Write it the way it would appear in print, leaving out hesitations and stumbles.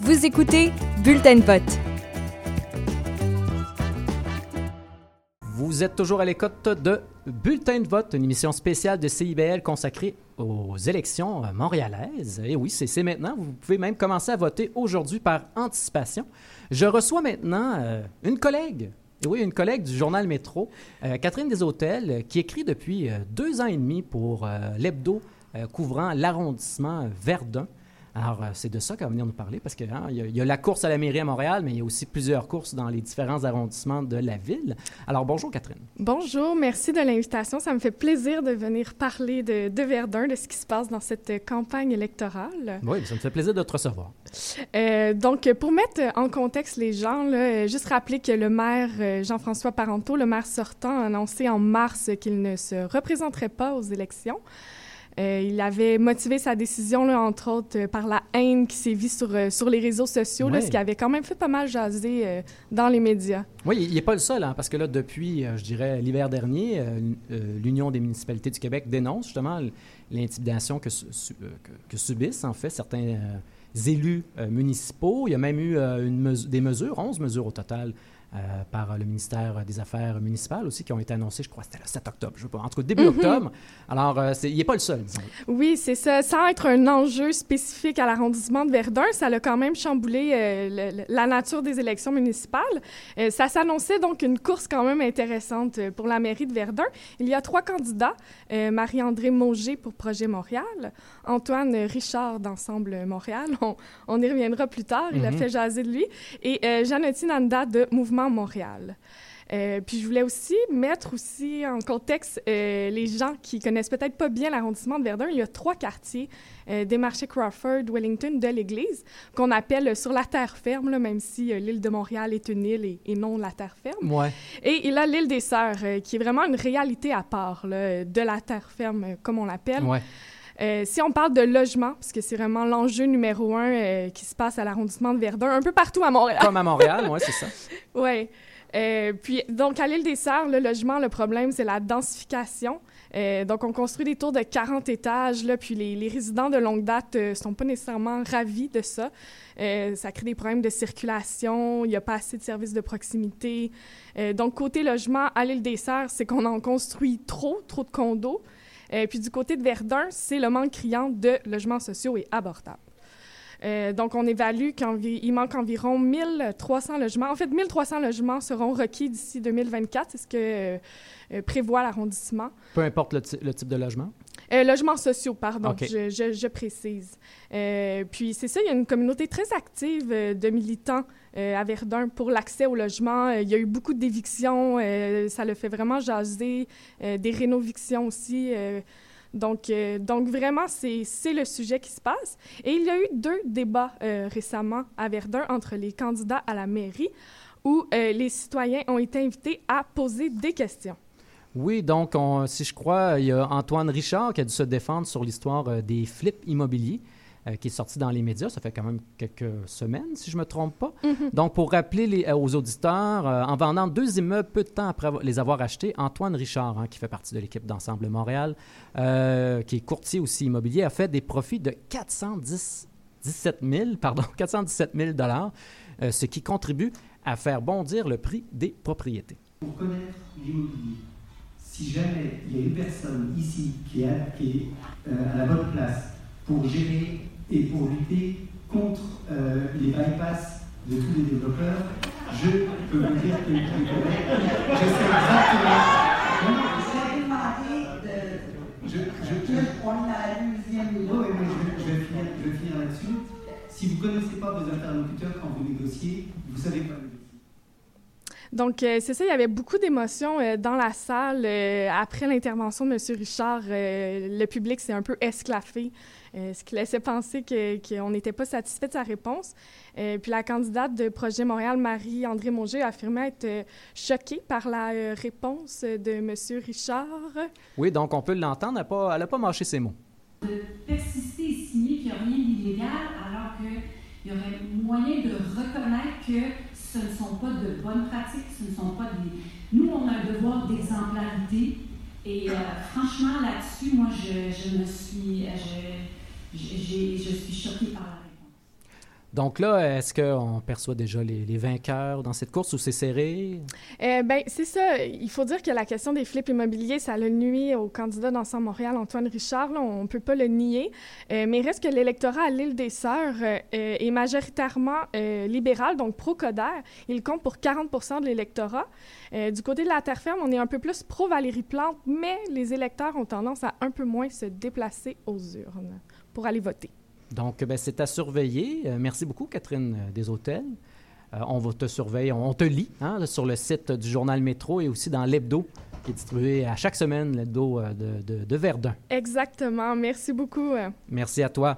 Vous écoutez Bulletin de vote. Vous êtes toujours à l'écoute de Bulletin de vote, une émission spéciale de CIBL consacrée aux élections montréalaises. Et oui, c'est maintenant. Vous pouvez même commencer à voter aujourd'hui par anticipation. Je reçois maintenant une collègue. Et oui, une collègue du journal Métro, Catherine Deshôtels, qui écrit depuis 2 ans et demi pour l'hebdo couvrant l'arrondissement Verdun. Alors, c'est de ça qu'elle va venir nous parler, parce qu'il y a la course à la mairie à Montréal, mais il y a aussi plusieurs courses dans les différents arrondissements de la ville. Alors, bonjour Catherine. Bonjour, merci de l'invitation. Ça me fait plaisir de venir parler de Verdun, de ce qui se passe dans cette campagne électorale. Oui, ça me fait plaisir de te recevoir. Donc, pour mettre en contexte les gens, là, juste rappeler que le maire Jean-François Parenteau, le maire sortant, a annoncé en mars qu'il ne se représenterait pas aux élections. Il avait motivé sa décision, là, entre autres, par la haine qui sévit sur les réseaux sociaux, ouais. là, ce qui avait quand même fait pas mal jaser dans les médias. Oui, il n'est pas le seul, hein, parce que là, depuis, je dirais, l'hiver dernier, l'Union des municipalités du Québec dénonce justement l'intimidation que subissent, en fait, certains élus municipaux. Il y a même eu des mesures, 11 mesures au total, par le ministère des Affaires municipales aussi, qui ont été annoncées, je crois, c'était le 7 octobre, je ne sais pas, en tout cas début octobre. Alors, il n'est pas le seul, disons. Oui, c'est ça. Sans être un enjeu spécifique à l'arrondissement de Verdun, ça a quand même chamboulé la nature des élections municipales. Ça s'annonçait donc une course quand même intéressante pour la mairie de Verdun. Il y a 3 candidats, Marie-André Mauger pour Projet Montréal, Antoine Richard d'Ensemble Montréal, on y reviendra plus tard, il a fait jaser de lui, et Janoty Nanda de Mouvement Montréal. Puis je voulais aussi mettre en contexte les gens qui connaissent peut-être pas bien l'arrondissement de Verdun. Il y a 3 quartiers, des marchés Crawford, Wellington, de l'Église, qu'on appelle sur la terre ferme, là, même si l'île de Montréal est une île et non la terre ferme. Ouais. Et il a l'île des Sœurs, qui est vraiment une réalité à part là, de la terre ferme, comme on l'appelle. Ouais. Si on parle de logement, parce que c'est vraiment l'enjeu numéro 1 qui se passe à l'arrondissement de Verdun, un peu partout à Montréal. Comme à Montréal, oui, c'est ça. Oui. Puis, donc, à l'île des Sœurs, le logement, le problème, c'est la densification. Donc, on construit des tours de 40 étages, là, puis les résidents de longue date ne sont pas nécessairement ravis de ça. Ça crée des problèmes de circulation, il n'y a pas assez de services de proximité. Donc, côté logement, à l'île des Sœurs, c'est qu'on en construit trop de condos. Puis du côté de Verdun, c'est le manque criant de logements sociaux et abordables. Donc, on évalue qu'il manque environ 1300 logements. En fait, 1300 logements seront requis d'ici 2024, c'est ce que prévoit l'arrondissement. Peu importe le type de logement? Logements sociaux, pardon, okay. je précise. Puis c'est ça, il y a une communauté très active de militants à Verdun pour l'accès au logement. Il y a eu beaucoup d'évictions, ça le fait vraiment jaser, des rénovictions aussi. Donc vraiment, c'est le sujet qui se passe. Et il y a eu 2 débats récemment à Verdun entre les candidats à la mairie où les citoyens ont été invités à poser des questions. Oui, donc, si je crois, il y a Antoine Richard qui a dû se défendre sur l'histoire des flips immobiliers qui est sorti dans les médias. Ça fait quand même quelques semaines, si je ne me trompe pas. Donc, pour rappeler aux auditeurs, en vendant 2 immeubles peu de temps après les avoir achetés, Antoine Richard, qui fait partie de l'équipe d'Ensemble Montréal, qui est courtier aussi immobilier, a fait des profits de 417 000 $, ce qui contribue à faire bondir le prix des propriétés. Pour connaître l'immobilier, si jamais il y a une personne ici qui est à la bonne place pour gérer et pour lutter contre les bypass de tous les développeurs, je peux vous dire que je sais exactement. On a l'usine. Oui, mais je vais finir là-dessus. Si vous ne connaissez pas vos interlocuteurs quand vous négociez, vous ne savez pas négocier. Donc, c'est ça, il y avait beaucoup d'émotions dans la salle. Après l'intervention de M. Richard, le public s'est un peu esclaffé, ce qui laissait penser qu'on n'était pas satisfait de sa réponse. Puis la candidate de Projet Montréal, Marie-André Mauger, a affirmé être choquée par la réponse de M. Richard. Oui, donc on peut l'entendre, elle n'a pas mâché ses mots. De persister et signer qu'il n'y a rien d'illégal, alors qu'il y aurait moyen de reconnaître que ce ne sont pas de bonnes pratiques, ce ne sont pas des... Nous, on a un devoir d'exemplarité et franchement, là-dessus, moi, je suis choquée par la réponse. Donc là, est-ce qu'on perçoit déjà les vainqueurs dans cette course ou c'est serré? Bien, c'est ça. Il faut dire que la question des flips immobiliers, ça l'a nuit au candidat d'Ensemble Montréal, Antoine Richard. Là, on ne peut pas le nier. Mais il reste que l'électorat à l'Île des Sœurs est majoritairement libéral, donc pro-Coderre. Il compte pour 40 % de l'électorat. Du côté de la terre-ferme, on est un peu plus pro-Valérie Plante, mais les électeurs ont tendance à un peu moins se déplacer aux urnes pour aller voter. Donc, c'est à surveiller. Merci beaucoup, Catherine Deshôtels. On va te surveiller, on te lit sur le site du Journal Métro et aussi dans l'hebdo qui est distribué à chaque semaine, l'hebdo de Verdun. Exactement. Merci beaucoup. Merci à toi.